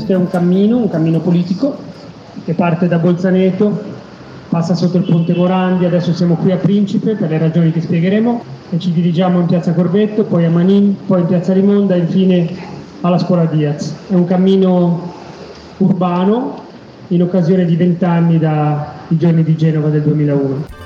Questo è un cammino politico che parte da Bolzaneto, passa sotto il Ponte Morandi, adesso siamo qui a Principe per le ragioni che spiegheremo e ci dirigiamo in piazza Corbetto, poi a Manin, poi in piazza Rimonda e infine alla scuola Diaz. È un cammino urbano in occasione di 20 anni dai giorni di Genova del 2001.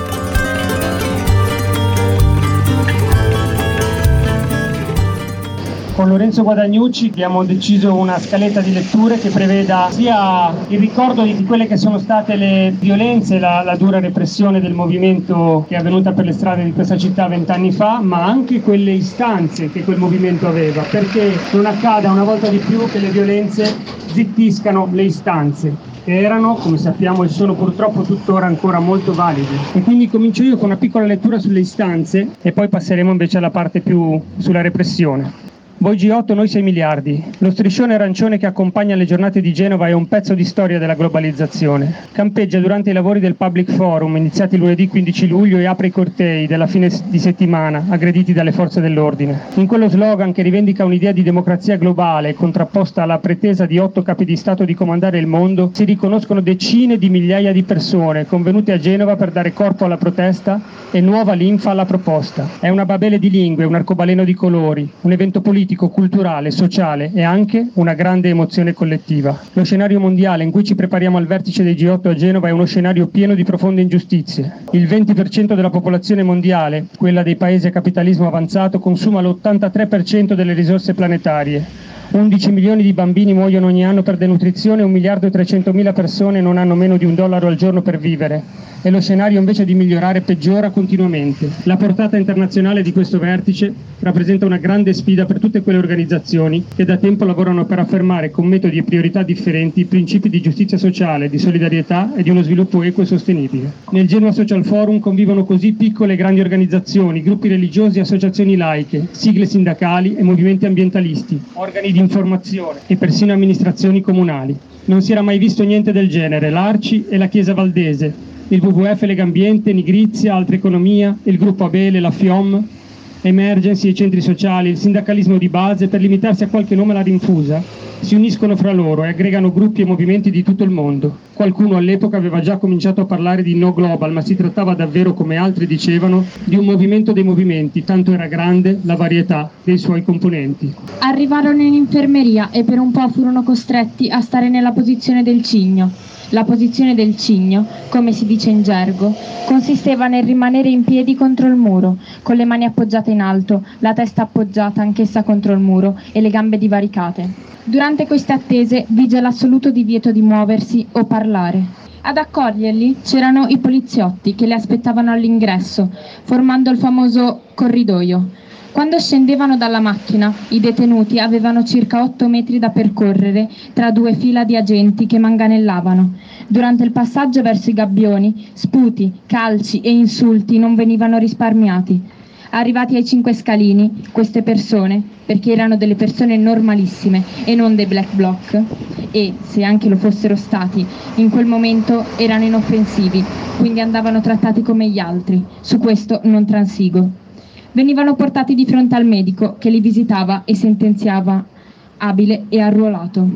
Con Lorenzo Guadagnucci abbiamo deciso una scaletta di letture che preveda sia il ricordo di quelle che sono state le violenze, la dura repressione del movimento che è avvenuta per le strade di questa città 20 anni fa, ma anche quelle istanze che quel movimento aveva, perché non accada una volta di più che le violenze zittiscano le istanze, che erano, come sappiamo, e sono purtroppo tuttora ancora molto valide. E quindi comincio io con una piccola lettura sulle istanze e poi passeremo invece alla parte più sulla repressione. Voi G8, noi 6 miliardi. Lo striscione arancione che accompagna le giornate di Genova è un pezzo di storia della globalizzazione. Campeggia durante i lavori del Public Forum, iniziati lunedì 15 luglio, e apre i cortei della fine di settimana, aggrediti dalle forze dell'ordine. In quello slogan che rivendica un'idea di democrazia globale, contrapposta alla pretesa di 8 capi di Stato di comandare il mondo, si riconoscono decine di migliaia di persone convenute a Genova per dare corpo alla protesta e nuova linfa alla proposta. È una babele di lingue, un arcobaleno di colori, un evento politico, culturale, sociale e anche una grande emozione collettiva. Lo scenario mondiale in cui ci prepariamo al vertice dei G8 a Genova è uno scenario pieno di profonde ingiustizie. Il 20% della popolazione mondiale, quella dei paesi a capitalismo avanzato, consuma l'83% delle risorse planetarie. 11 milioni di bambini muoiono ogni anno per denutrizione e 1.300.000 persone non hanno meno di $1 al giorno per vivere. E lo scenario, invece di migliorare, peggiora continuamente. La portata internazionale di questo vertice rappresenta una grande sfida per tutte quelle organizzazioni che da tempo lavorano per affermare con metodi e priorità differenti i principi di giustizia sociale, di solidarietà e di uno sviluppo equo e sostenibile. Nel Genoa Social Forum convivono così piccole e grandi organizzazioni, gruppi religiosi e associazioni laiche, sigle sindacali e movimenti ambientalisti, organi di informazione e persino amministrazioni comunali. Non si era mai visto niente del genere. L'Arci e la Chiesa Valdese, il WWF, Legambiente, Nigrizia, Altra Economia, il gruppo Abele, la FIOM, Emergency, i centri sociali, il sindacalismo di base, per limitarsi a qualche nome alla rinfusa, si uniscono fra loro e aggregano gruppi e movimenti di tutto il mondo. Qualcuno all'epoca aveva già cominciato a parlare di no global, ma si trattava davvero, come altri dicevano, di un movimento dei movimenti, tanto era grande la varietà dei suoi componenti. Arrivarono in infermeria e per un po' furono costretti a stare nella posizione del cigno. La posizione del cigno, come si dice in gergo, consisteva nel rimanere in piedi contro il muro, con le mani appoggiate in alto, la testa appoggiata anch'essa contro il muro e le gambe divaricate. Durante queste attese vige l'assoluto divieto di muoversi o parlare. Ad accoglierli c'erano i poliziotti che le aspettavano all'ingresso, formando il famoso corridoio. Quando scendevano dalla macchina, i detenuti avevano circa 8 metri da percorrere tra due fila di agenti che manganellavano. Durante il passaggio verso i gabbioni, sputi, calci e insulti non venivano risparmiati. Arrivati ai 5 scalini, queste persone, perché erano delle persone normalissime e non dei black bloc, e, se anche lo fossero stati, in quel momento erano inoffensivi, quindi andavano trattati come gli altri. Su questo non transigo. Venivano portati di fronte al medico che li visitava e sentenziava, abile e arruolato.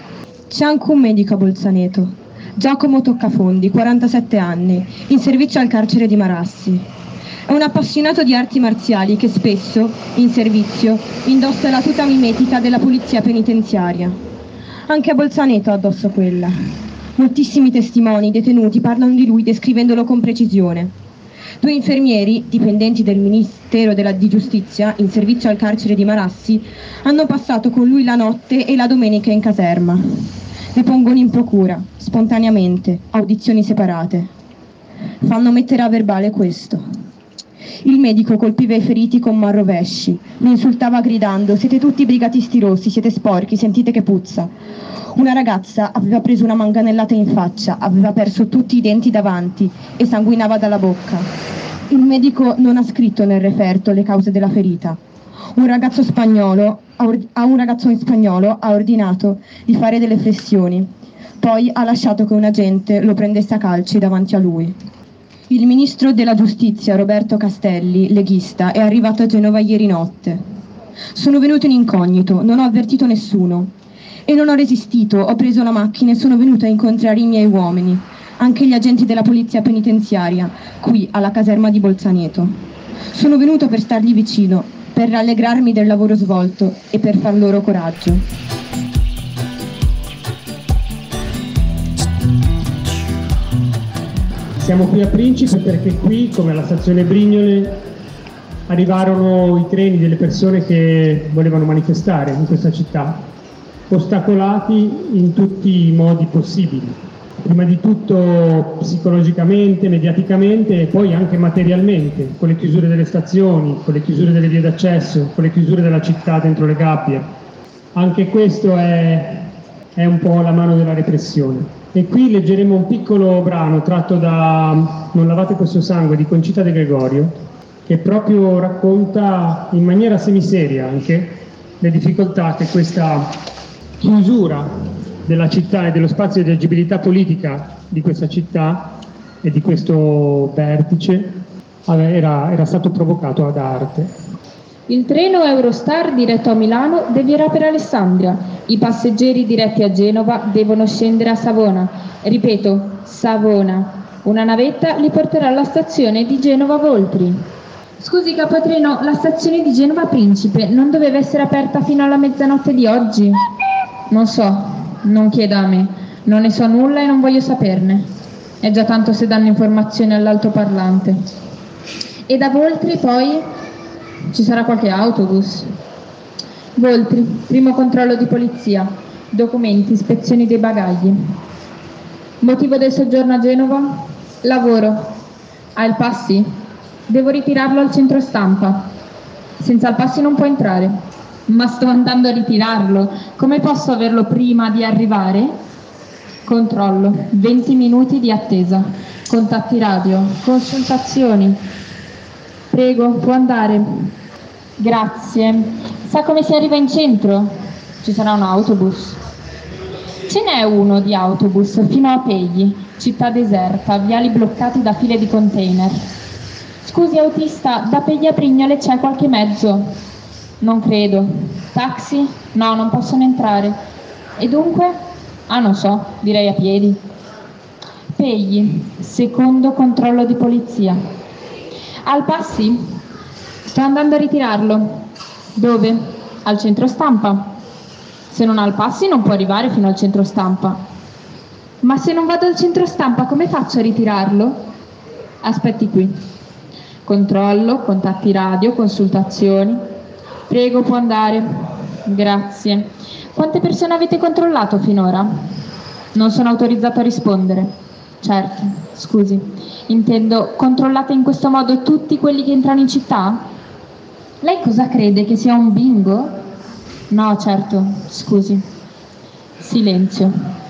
C'è anche un medico a Bolzaneto, Giacomo Toccafondi, 47 anni, in servizio al carcere di Marassi. È un appassionato di arti marziali che spesso, in servizio, indossa la tuta mimetica della polizia penitenziaria. Anche a Bolzaneto ha addosso quella. Moltissimi testimoni detenuti parlano di lui descrivendolo con precisione. 2 infermieri, dipendenti del Ministero di Giustizia, in servizio al carcere di Marassi, hanno passato con lui la notte e la domenica in caserma. Depongono in procura, spontaneamente, audizioni separate. Fanno mettere a verbale questo. Il medico colpiva i feriti con manrovesci, li insultava gridando: siete tutti brigatisti rossi, siete sporchi, sentite che puzza. Una ragazza aveva preso una manganellata in faccia, aveva perso tutti i denti davanti e sanguinava dalla bocca. Il medico non ha scritto nel referto le cause della ferita. Un ragazzo spagnolo ha ordinato di fare delle flessioni, poi ha lasciato che un agente lo prendesse a calci davanti a lui. Il ministro della giustizia, Roberto Castelli, leghista, è arrivato a Genova ieri notte. Sono venuto in incognito, non ho avvertito nessuno. E non ho resistito, ho preso la macchina e sono venuta a incontrare i miei uomini, anche gli agenti della polizia penitenziaria, qui alla caserma di Bolzaneto. Sono venuto per stargli vicino, per rallegrarmi del lavoro svolto e per far loro coraggio. Siamo qui a Principe perché qui, come alla stazione Brignole, arrivarono i treni delle persone che volevano manifestare in questa città, ostacolati in tutti i modi possibili. Prima di tutto psicologicamente, mediaticamente e poi anche materialmente, con le chiusure delle stazioni, con le chiusure delle vie d'accesso, con le chiusure della città dentro le gabbie. Anche questo è un po' la mano della repressione. E qui leggeremo un piccolo brano tratto da Non lavate questo sangue di Concita De Gregorio, che proprio racconta in maniera semiseria anche le difficoltà che questa chiusura della città e dello spazio di agibilità politica di questa città e di questo vertice era stato provocato ad arte. Il treno Eurostar diretto a Milano devierà per Alessandria. I passeggeri diretti a Genova devono scendere a Savona. Ripeto, Savona. Una navetta li porterà alla stazione di Genova Voltri. Scusi capotreno, la stazione di Genova Principe non doveva essere aperta fino alla mezzanotte di oggi? Non so, non chieda a me. Non ne so nulla e non voglio saperne. È già tanto se danno informazioni all'altoparlante. E da Voltri poi ci sarà qualche autobus. Voltri, primo controllo di polizia, documenti, ispezioni dei bagagli. Motivo del soggiorno a Genova? Lavoro. Ha il passi? Devo ritirarlo al centro stampa. Senza il passi non può entrare. Ma sto andando a ritirarlo. Come posso averlo prima di arrivare? Controllo. 20 minuti di attesa. Contatti radio. Consultazioni. Prego, può andare. Grazie. Sa come si arriva in centro? Ci sarà un autobus. Ce n'è uno di autobus fino a Pegli, città deserta, viali bloccati da file di container. Scusi autista, da Pegli a Prignole c'è qualche mezzo? Non credo. Taxi? No, non possono entrare. E dunque? Ah, non so, direi a piedi. Pegli, secondo controllo di polizia. Al passi? Sto andando a ritirarlo. Dove? Al centro stampa. Se non ha il passi non può arrivare fino al centro stampa. Ma se non vado al centro stampa come faccio a ritirarlo? Aspetti qui. Controllo, contatti radio, consultazioni. Prego, può andare. Grazie. Quante persone avete controllato finora? Non sono autorizzato a rispondere. Certo, scusi. Intendo, controllate in questo modo tutti quelli che entrano in città? Lei cosa crede, che sia un bingo? No, certo, scusi. Silenzio.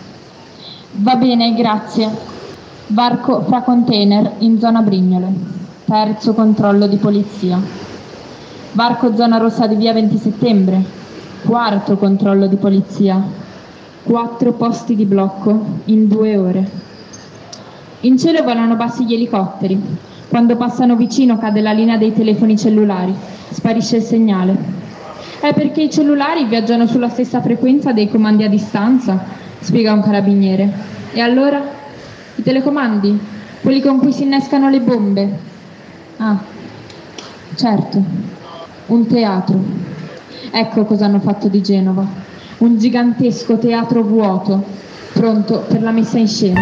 Va bene, grazie. Varco fra container in zona Brignole. Terzo controllo di polizia. Varco zona rossa di via 20 settembre. Quarto controllo di polizia. 4 posti di blocco in 2 ore. In cielo volano bassi gli elicotteri. Quando passano vicino cade la linea dei telefoni cellulari. Sparisce il segnale. È perché i cellulari viaggiano sulla stessa frequenza dei comandi a distanza, spiega un carabiniere. E allora? I telecomandi? Quelli con cui si innescano le bombe? Ah, certo. Un teatro. Ecco cosa hanno fatto di Genova. Un gigantesco teatro vuoto, pronto per la messa in scena.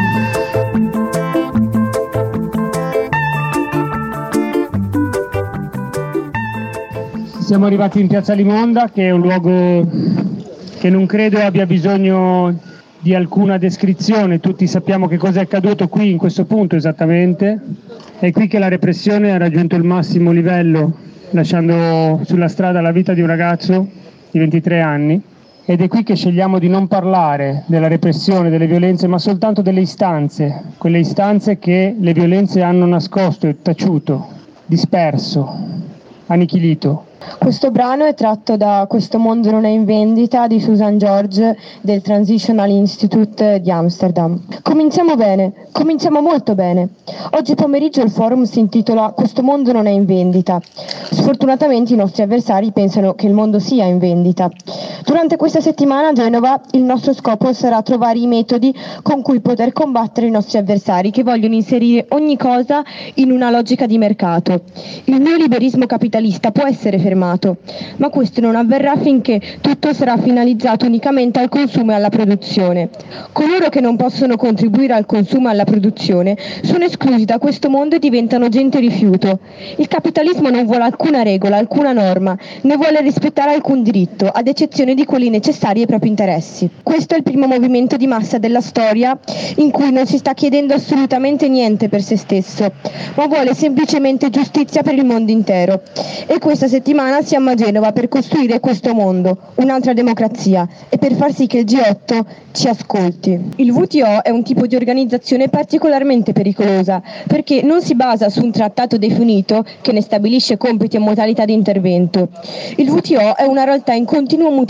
Siamo arrivati in Piazza Limonda, che è un luogo che non credo abbia bisogno di alcuna descrizione. Tutti sappiamo che cosa è accaduto qui in questo punto esattamente. È qui che la repressione ha raggiunto il massimo livello, lasciando sulla strada la vita di un ragazzo di 23 anni. Ed è qui che scegliamo di non parlare della repressione, delle violenze, ma soltanto delle istanze, quelle istanze che le violenze hanno nascosto e taciuto, disperso, annichilito. Questo brano è tratto da Questo mondo non è in vendita di Susan George del Transitional Institute di Amsterdam. Cominciamo bene, cominciamo molto bene. Oggi pomeriggio il forum si intitola Questo mondo non è in vendita. Sfortunatamente i nostri avversari pensano che il mondo sia in vendita. Durante questa settimana a Genova il nostro scopo sarà trovare i metodi con cui poter combattere i nostri avversari che vogliono inserire ogni cosa in una logica di mercato. Il neoliberismo capitalista può essere fermato, ma questo non avverrà finché tutto sarà finalizzato unicamente al consumo e alla produzione. Coloro che non possono contribuire al consumo e alla produzione sono esclusi da questo mondo e diventano gente rifiuto. Il capitalismo non vuole alcuna regola, alcuna norma, né vuole rispettare alcun diritto, ad eccezione di quelli necessari ai propri interessi. Questo è il primo movimento di massa della storia in cui non si sta chiedendo assolutamente niente per se stesso, ma vuole semplicemente giustizia per il mondo intero. E questa settimana siamo a Genova per costruire questo mondo, un'altra democrazia, e per far sì che il G8 ci ascolti. Il WTO è un tipo di organizzazione particolarmente pericolosa perché non si basa su un trattato definito che ne stabilisce compiti e modalità di intervento. Il WTO è una realtà in continuo mutamento,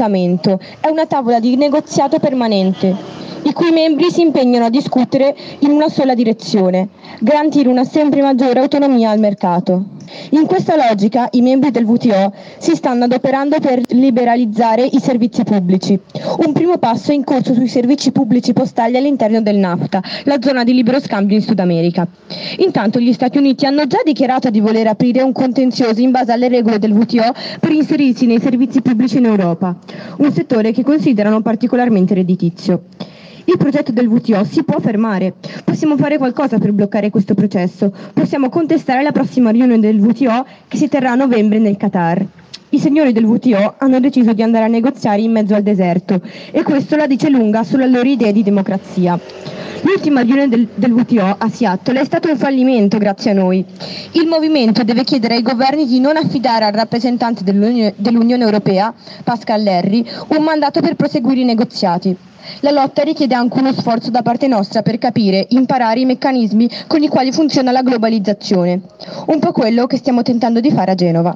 è una tavola di negoziato permanente, i cui membri si impegnano a discutere in una sola direzione, garantire una sempre maggiore autonomia al mercato. In questa logica i membri del WTO si stanno adoperando per liberalizzare i servizi pubblici. Un primo passo è in corso sui servizi pubblici postali all'interno del NAFTA, la zona di libero scambio in Sud America. Intanto gli Stati Uniti hanno già dichiarato di voler aprire un contenzioso in base alle regole del WTO per inserirsi nei servizi pubblici in Europa, un settore che considerano particolarmente redditizio. Il progetto del WTO si può fermare, possiamo fare qualcosa per bloccare questo processo, possiamo contestare la prossima riunione del WTO che si terrà a novembre nel Qatar. I signori del WTO hanno deciso di andare a negoziare in mezzo al deserto e questo la dice lunga sulle loro idee di democrazia. L'ultima riunione del WTO a Seattle è stato un fallimento grazie a noi. Il movimento deve chiedere ai governi di non affidare al rappresentante dell'Unione Europea, Pascal Lerry, un mandato per proseguire i negoziati. La lotta richiede anche uno sforzo da parte nostra per capire, imparare i meccanismi con i quali funziona la globalizzazione. Un po' quello che stiamo tentando di fare a Genova.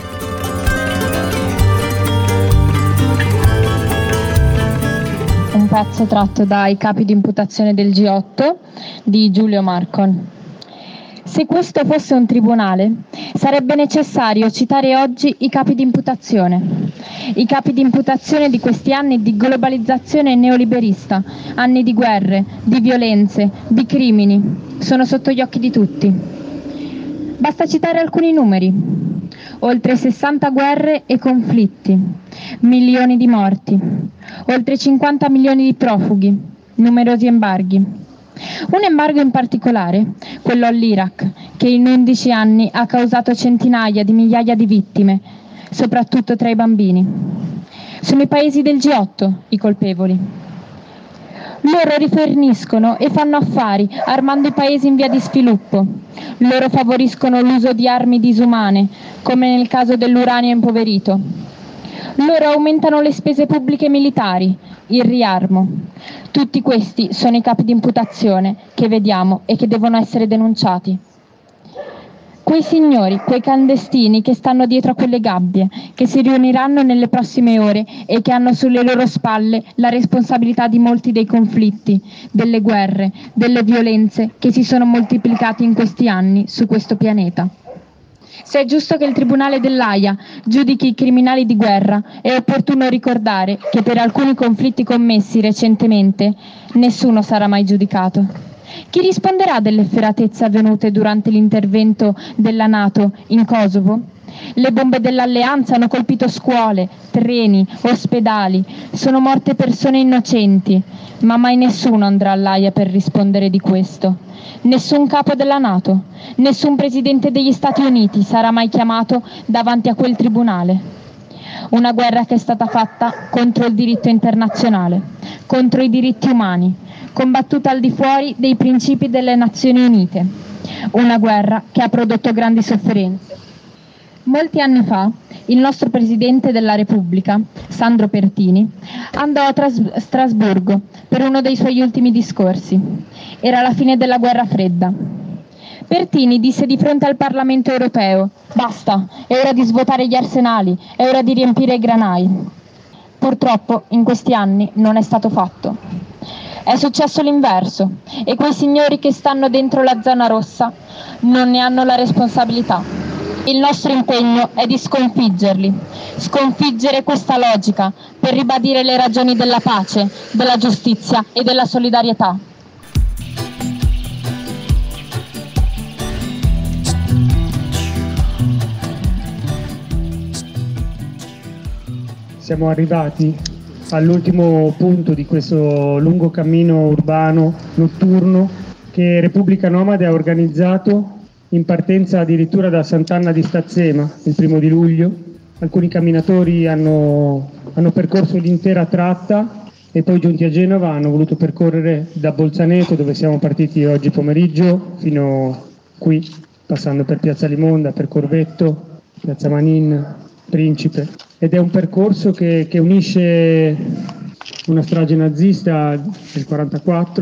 Un pezzo tratto dai capi di imputazione del G8 di Giulio Marcon. Se questo fosse un tribunale, sarebbe necessario citare oggi i capi di imputazione. I capi di imputazione di questi anni di globalizzazione neoliberista, anni di guerre, di violenze, di crimini, sono sotto gli occhi di tutti. Basta citare alcuni numeri. Oltre 60 guerre e conflitti, milioni di morti, oltre 50 milioni di profughi, numerosi embarghi. Un embargo in particolare, quello all'Iraq, che in 11 anni ha causato centinaia di migliaia di vittime, soprattutto tra i bambini. Sono i paesi del G8 i colpevoli. Loro riforniscono e fanno affari armando i paesi in via di sviluppo. Loro favoriscono l'uso di armi disumane, come nel caso dell'uranio impoverito. Loro aumentano le spese pubbliche militari, il riarmo. Tutti questi sono i capi di imputazione che vediamo e che devono essere denunciati. Quei signori, quei clandestini che stanno dietro a quelle gabbie, che si riuniranno nelle prossime ore e che hanno sulle loro spalle la responsabilità di molti dei conflitti, delle guerre, delle violenze che si sono moltiplicati in questi anni su questo pianeta. Se è giusto che il Tribunale dell'Aia giudichi i criminali di guerra, è opportuno ricordare che per alcuni conflitti commessi recentemente nessuno sarà mai giudicato. Chi risponderà delle efferatezze avvenute durante l'intervento della NATO in Kosovo? Le bombe dell'Alleanza hanno colpito scuole, treni, ospedali, sono morte persone innocenti, ma mai nessuno andrà all'Aia per rispondere di questo. Nessun capo della NATO, nessun presidente degli Stati Uniti sarà mai chiamato davanti a quel tribunale. Una guerra che è stata fatta contro il diritto internazionale, contro i diritti umani, combattuta al di fuori dei principi delle Nazioni Unite. Una guerra che ha prodotto grandi sofferenze. Molti anni fa il nostro Presidente della Repubblica, Sandro Pertini, andò a Strasburgo per uno dei suoi ultimi discorsi. Era la fine della guerra fredda. Pertini disse di fronte al Parlamento europeo: basta, è ora di svuotare gli arsenali, è ora di riempire i granai. Purtroppo in questi anni non è stato fatto. È successo l'inverso e quei signori che stanno dentro la zona rossa non ne hanno la responsabilità. Il nostro impegno è di sconfiggere questa logica per ribadire le ragioni della pace, della giustizia e della solidarietà. Siamo arrivati all'ultimo punto di questo lungo cammino urbano notturno che Repubblica Nomade ha organizzato in partenza addirittura da Sant'Anna di Stazzema il 1° di luglio. Alcuni camminatori hanno percorso l'intera tratta e poi giunti a Genova hanno voluto percorrere da Bolzaneto, dove siamo partiti oggi pomeriggio, fino qui, passando per Piazza Limonda, per Corvetto, Piazza Manin, Principe. Ed è un percorso che unisce una strage nazista del 1944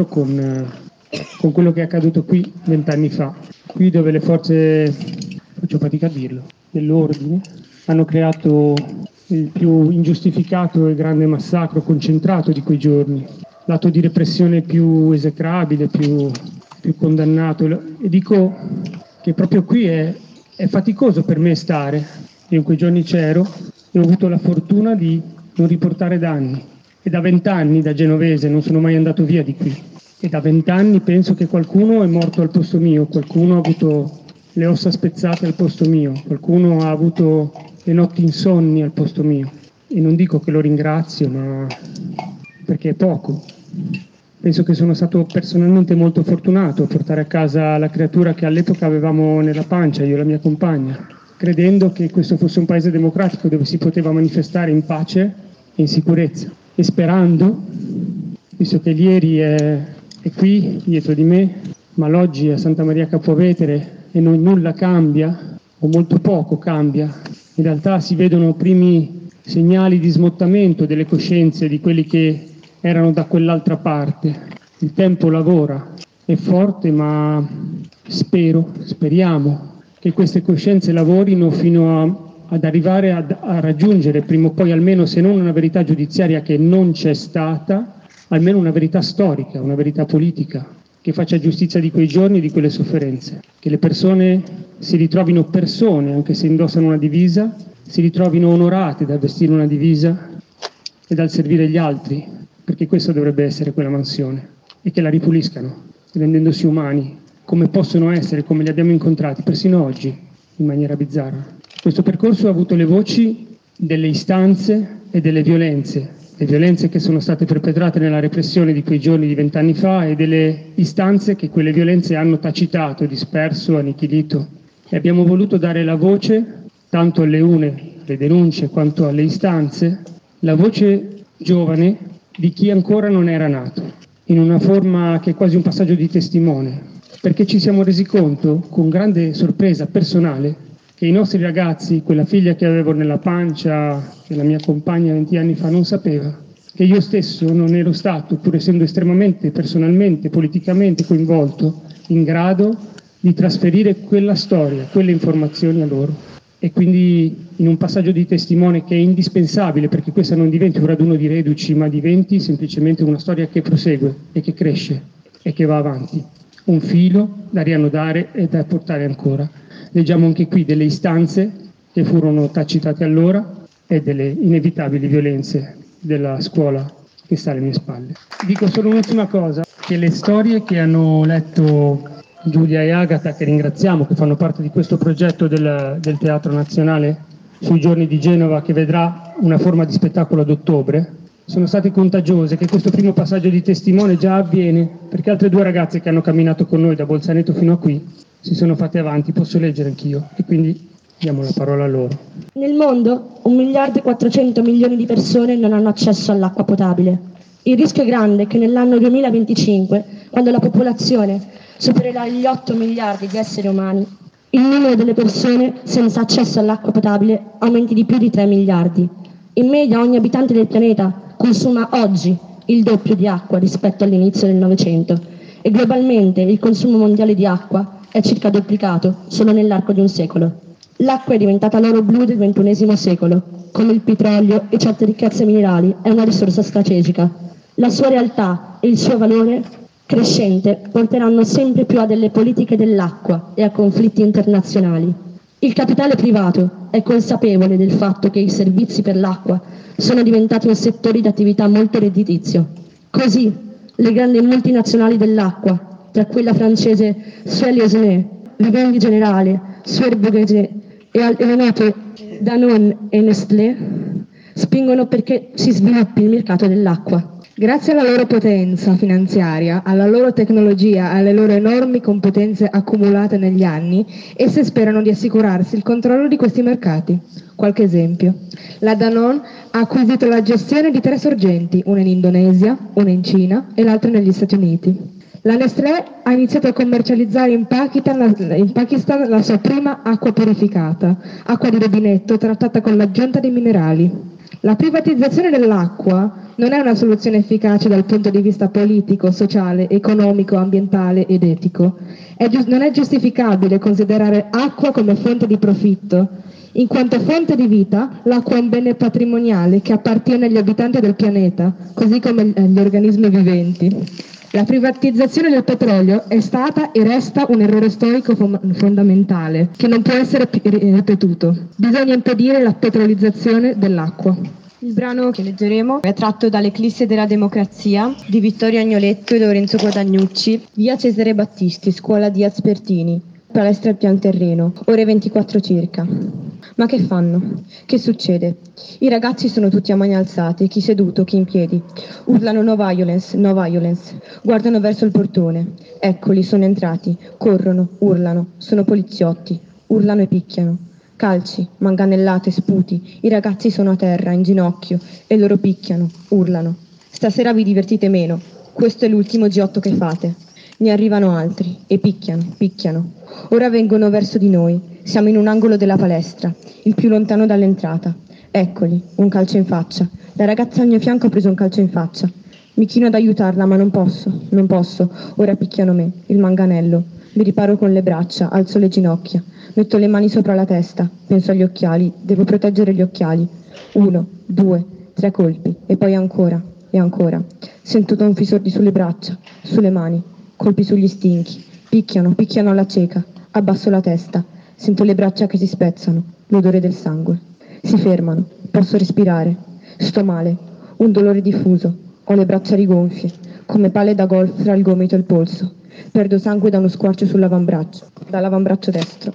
con quello che è accaduto qui 20 anni fa. Qui dove le forze, faccio fatica a dirlo, dell'ordine hanno creato il più ingiustificato e grande massacro concentrato di quei giorni, l'atto di repressione più esecrabile, più condannato. E dico che proprio qui è faticoso per me stare. Io in quei giorni c'ero e ho avuto la fortuna di non riportare danni. E da 20 anni, da genovese, non sono mai andato via di qui. E da 20 anni penso che qualcuno è morto al posto mio, qualcuno ha avuto le ossa spezzate al posto mio, qualcuno ha avuto le notti insonni al posto mio. E non dico che lo ringrazio, ma perché è poco. Penso che sono stato personalmente molto fortunato a portare a casa la creatura che all'epoca avevamo nella pancia, io e la mia compagna, credendo che questo fosse un paese democratico dove si poteva manifestare in pace e in sicurezza. E sperando, visto che ieri è qui dietro di me, ma l'oggi a Santa Maria Capovetere e nulla cambia, o molto poco cambia. In realtà si vedono primi segnali di smottamento delle coscienze di quelli che erano da quell'altra parte. Il tempo lavora, è forte, ma speriamo che queste coscienze lavorino fino ad arrivare a raggiungere prima o poi almeno, se non una verità giudiziaria che non c'è stata, almeno una verità storica, una verità politica, che faccia giustizia di quei giorni e di quelle sofferenze. Che le persone si ritrovino persone, anche se indossano una divisa, si ritrovino onorate dal vestire una divisa e dal servire gli altri, perché questo dovrebbe essere quella mansione, e che la ripuliscano, rendendosi umani, come possono essere, come li abbiamo incontrati, persino oggi, in maniera bizzarra. Questo percorso ha avuto le voci delle istanze e delle violenze, le violenze che sono state perpetrate nella repressione di quei giorni di 20 anni fa e delle istanze che quelle violenze hanno tacitato, disperso, annichilito. E abbiamo voluto dare la voce, tanto alle le denunce, quanto alle istanze, la voce giovane di chi ancora non era nato, in una forma che è quasi un passaggio di testimone, perché ci siamo resi conto, con grande sorpresa personale, che i nostri ragazzi, quella figlia che avevo nella pancia, che la mia compagna 20 anni fa non sapeva, che io stesso non ero stato, pur essendo estremamente, personalmente, politicamente coinvolto, in grado di trasferire quella storia, quelle informazioni a loro. E quindi in un passaggio di testimone che è indispensabile, perché questa non diventi un raduno di reduci, ma diventi semplicemente una storia che prosegue e che cresce e che va avanti. Un filo da riannodare e da portare ancora. Leggiamo anche qui delle istanze che furono tacitate allora e delle inevitabili violenze della scuola che sta alle mie spalle. Dico solo un'ultima cosa, che le storie che hanno letto Giulia e Agata, che ringraziamo, che fanno parte di questo progetto del Teatro Nazionale sui giorni di Genova, che vedrà una forma di spettacolo ad ottobre, sono state contagiose, che questo primo passaggio di testimone già avviene, perché altre 2 ragazze che hanno camminato con noi da Bolzaneto fino a qui si sono fatte avanti, posso leggere anch'io, e quindi diamo la parola a loro. Nel mondo 1 miliardo e 400 milioni di persone non hanno accesso all'acqua potabile. Il rischio è grande che nell'anno 2025, quando la popolazione supererà gli 8 miliardi di esseri umani, il numero delle persone senza accesso all'acqua potabile aumenti di più di 3 miliardi. In media ogni abitante del pianeta consuma oggi il doppio di acqua rispetto all'inizio del Novecento e globalmente il consumo mondiale di acqua è circa duplicato solo nell'arco di un secolo. L'acqua è diventata l'oro blu del XXI secolo, come il petrolio e certe ricchezze minerali è una risorsa strategica. La sua realtà e il suo valore crescente porteranno sempre più a delle politiche dell'acqua e a conflitti internazionali. Il capitale privato è consapevole del fatto che i servizi per l'acqua sono diventati un settore di attività molto redditizio. Così le grandi multinazionali dell'acqua, tra quella francese Suez-Nez, Vivendi Generale, Suez Bogagé e le note Danone e Nestlé, spingono perché si sviluppi il mercato dell'acqua. Grazie alla loro potenza finanziaria, alla loro tecnologia, alle loro enormi competenze accumulate negli anni, esse sperano di assicurarsi il controllo di questi mercati. Qualche esempio. La Danone ha acquisito la gestione di 3 sorgenti, una in Indonesia, una in Cina e l'altra negli Stati Uniti. La Nestlé ha iniziato a commercializzare in Pakistan la sua prima acqua purificata, acqua di rubinetto trattata con l'aggiunta di minerali. La privatizzazione dell'acqua non è una soluzione efficace dal punto di vista politico, sociale, economico, ambientale ed etico. Non è giustificabile considerare acqua come fonte di profitto. In quanto fonte di vita, l'acqua è un bene patrimoniale che appartiene agli abitanti del pianeta, così come agli organismi viventi. La privatizzazione del petrolio è stata e resta un errore storico fondamentale, che non può essere ripetuto. Bisogna impedire la petrolizzazione dell'acqua. Il brano che leggeremo è tratto dall'Eclisse della democrazia di Vittorio Agnoletto e Lorenzo Guadagnucci, via Cesare Battisti, scuola di Aspertini, palestra al pian terreno, ore 24 circa. Ma che fanno? Che succede? I ragazzi sono tutti a mani alzate, chi seduto, chi in piedi. Urlano no violence, no violence. Guardano verso il portone. Eccoli, sono entrati. Corrono, urlano. Sono poliziotti. Urlano e picchiano. Calci, manganellate, sputi. I ragazzi sono a terra, in ginocchio, e loro picchiano, urlano. Stasera vi divertite meno. Questo è l'ultimo G8 che fate. Ne arrivano altri, e picchiano, picchiano. Ora vengono verso di noi. Siamo in un angolo della palestra, il più lontano dall'entrata. Eccoli, un calcio in faccia. La ragazza al mio fianco ha preso un calcio in faccia. Mi chino ad aiutarla, ma non posso. Ora picchiano me, il manganello. Mi riparo con le braccia, alzo le ginocchia. Metto le mani sopra la testa, penso agli occhiali, devo proteggere gli occhiali. 1, 2, 3 colpi, e poi ancora, e ancora. Sento tonfi sordi sulle braccia, sulle mani, colpi sugli stinchi. Picchiano alla cieca. Abbasso la testa, sento le braccia che si spezzano, l'odore del sangue. Si fermano, posso respirare. Sto male, un dolore diffuso, ho le braccia rigonfie, come palle da golf tra il gomito e il polso. Perdo sangue da uno squarcio dall'avambraccio destro.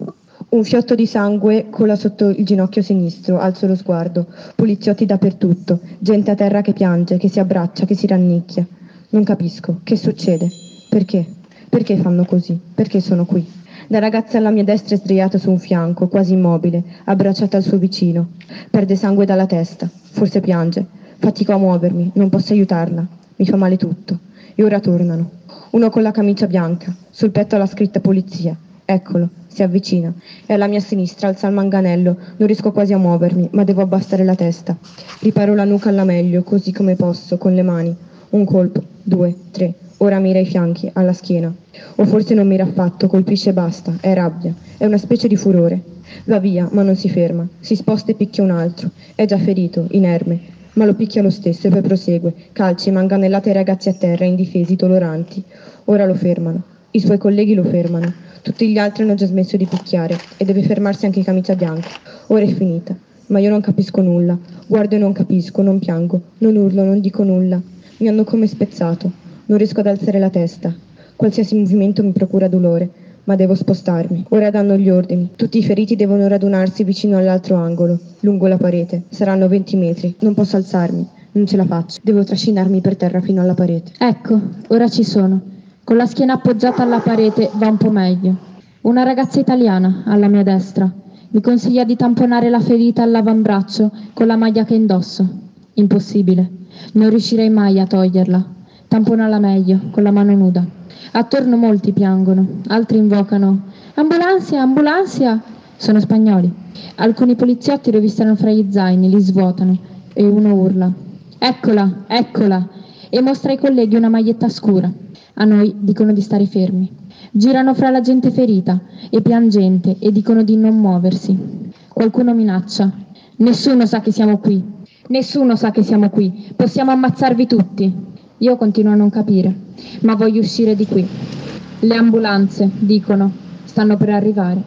Un fiotto di sangue cola sotto il ginocchio sinistro, alzo lo sguardo. Poliziotti dappertutto, gente a terra che piange, che si abbraccia, che si rannicchia. Non capisco, che succede? Perché? Perché fanno così? Perché sono qui? La ragazza alla mia destra è sdraiata su un fianco, quasi immobile, abbracciata al suo vicino. Perde sangue dalla testa, forse piange. Fatico a muovermi, non posso aiutarla. Mi fa male tutto. E ora tornano. Uno con la camicia bianca, sul petto ha la scritta polizia. Eccolo, si avvicina. È alla mia sinistra, alza il manganello. Non riesco quasi a muovermi, ma devo abbassare la testa. Riparo la nuca alla meglio, così come posso, con le mani. Un colpo, 2, 3. Ora mira ai fianchi, alla schiena. O forse non mira affatto, colpisce e basta. È rabbia, è una specie di furore. Va via, ma non si ferma. Si sposta e picchia un altro. È già ferito, inerme. Ma lo picchia lo stesso e poi prosegue. Calci, manganellate ai ragazzi a terra, indifesi, doloranti. Ora lo fermano. I suoi colleghi lo fermano. Tutti gli altri hanno già smesso di picchiare. E deve fermarsi anche Camicia Bianca. Ora è finita. Ma io non capisco nulla. Guardo e non capisco, non piango. Non urlo, non dico nulla. Mi hanno come spezzato. Non riesco ad alzare la testa. Qualsiasi movimento mi procura dolore, ma devo spostarmi. Ora danno gli ordini. Tutti i feriti devono radunarsi vicino all'altro angolo, lungo la parete. Saranno 20 metri. Non posso alzarmi. Non ce la faccio. Devo trascinarmi per terra fino alla parete. Ecco, ora ci sono. Con la schiena appoggiata alla parete va un po' meglio. Una ragazza italiana alla mia destra. Mi consiglia di tamponare la ferita all'avambraccio con la maglia che indosso. Impossibile. Non riuscirei mai a toglierla. Tamponala meglio, con la mano nuda. Attorno molti piangono, altri invocano «Ambulanzia, ambulanzia!» Sono spagnoli. Alcuni poliziotti rovistano fra gli zaini, li svuotano e uno urla «Eccola, eccola!» e mostra ai colleghi una maglietta scura. A noi dicono di stare fermi. Girano fra la gente ferita e piangente e dicono di non muoversi. Qualcuno minaccia «Nessuno sa che siamo qui! Nessuno sa che siamo qui! Possiamo ammazzarvi tutti!» Io continuo a non capire, ma voglio uscire di qui. Le ambulanze, dicono, stanno per arrivare.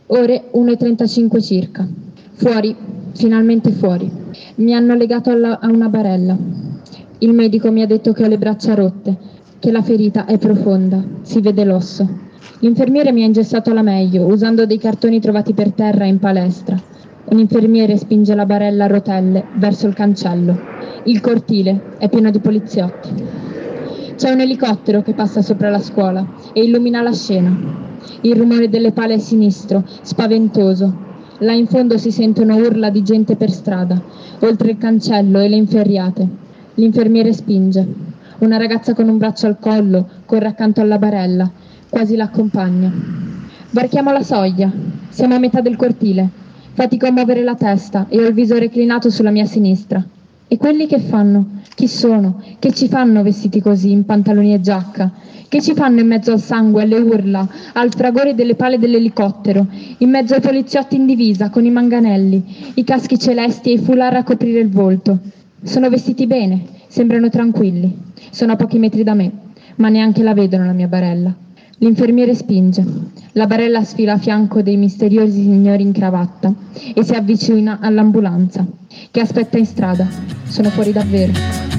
Ore 1:35 circa. Fuori, finalmente fuori. Mi hanno legato a una barella. Il medico mi ha detto che ho le braccia rotte, che la ferita è profonda, si vede l'osso. L'infermiere mi ha ingessato alla meglio, usando dei cartoni trovati per terra in palestra. Un infermiere spinge la barella a rotelle verso il cancello. Il cortile è pieno di poliziotti. C'è un elicottero che passa sopra la scuola e illumina la scena. Il rumore delle pale a sinistro, spaventoso. Là in fondo si sentono urla di gente per strada, oltre il cancello e le inferriate. L'infermiere spinge. Una ragazza con un braccio al collo corre accanto alla barella, quasi l'accompagna. Varchiamo la soglia. Siamo a metà del cortile. Fatico a muovere la testa e ho il viso reclinato sulla mia sinistra. E quelli che fanno? Chi sono? Che ci fanno vestiti così, in pantaloni e giacca? Che ci fanno in mezzo al sangue, alle urla, al fragore delle pale dell'elicottero, in mezzo ai poliziotti in divisa, con i manganelli, i caschi celesti e i foulard a coprire il volto? Sono vestiti bene, sembrano tranquilli. Sono a pochi metri da me, ma neanche la vedono la mia barella. L'infermiere spinge. La barella sfila a fianco dei misteriosi signori in cravatta e si avvicina all'ambulanza, che aspetta in strada. Sono fuori davvero.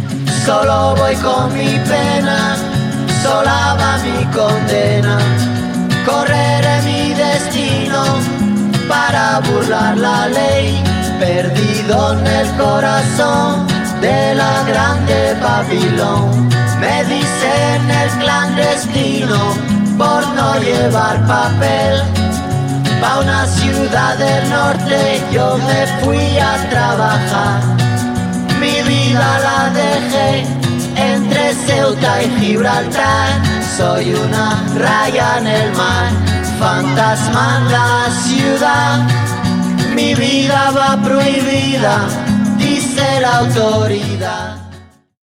Solo voy con mi pena, sola va mi condena, correre mi destino para burlar la ley, perdido nel corazón de la grande Babilón. Me dicen el clandestino por no llevar papel. Pa' una ciudad del norte yo me fui a trabajar. Mi vida la dejé entre Ceuta y Gibraltar. Soy una raya en el mar, fantasma en la ciudad. Mi vida va prohibida, dice la autoridad.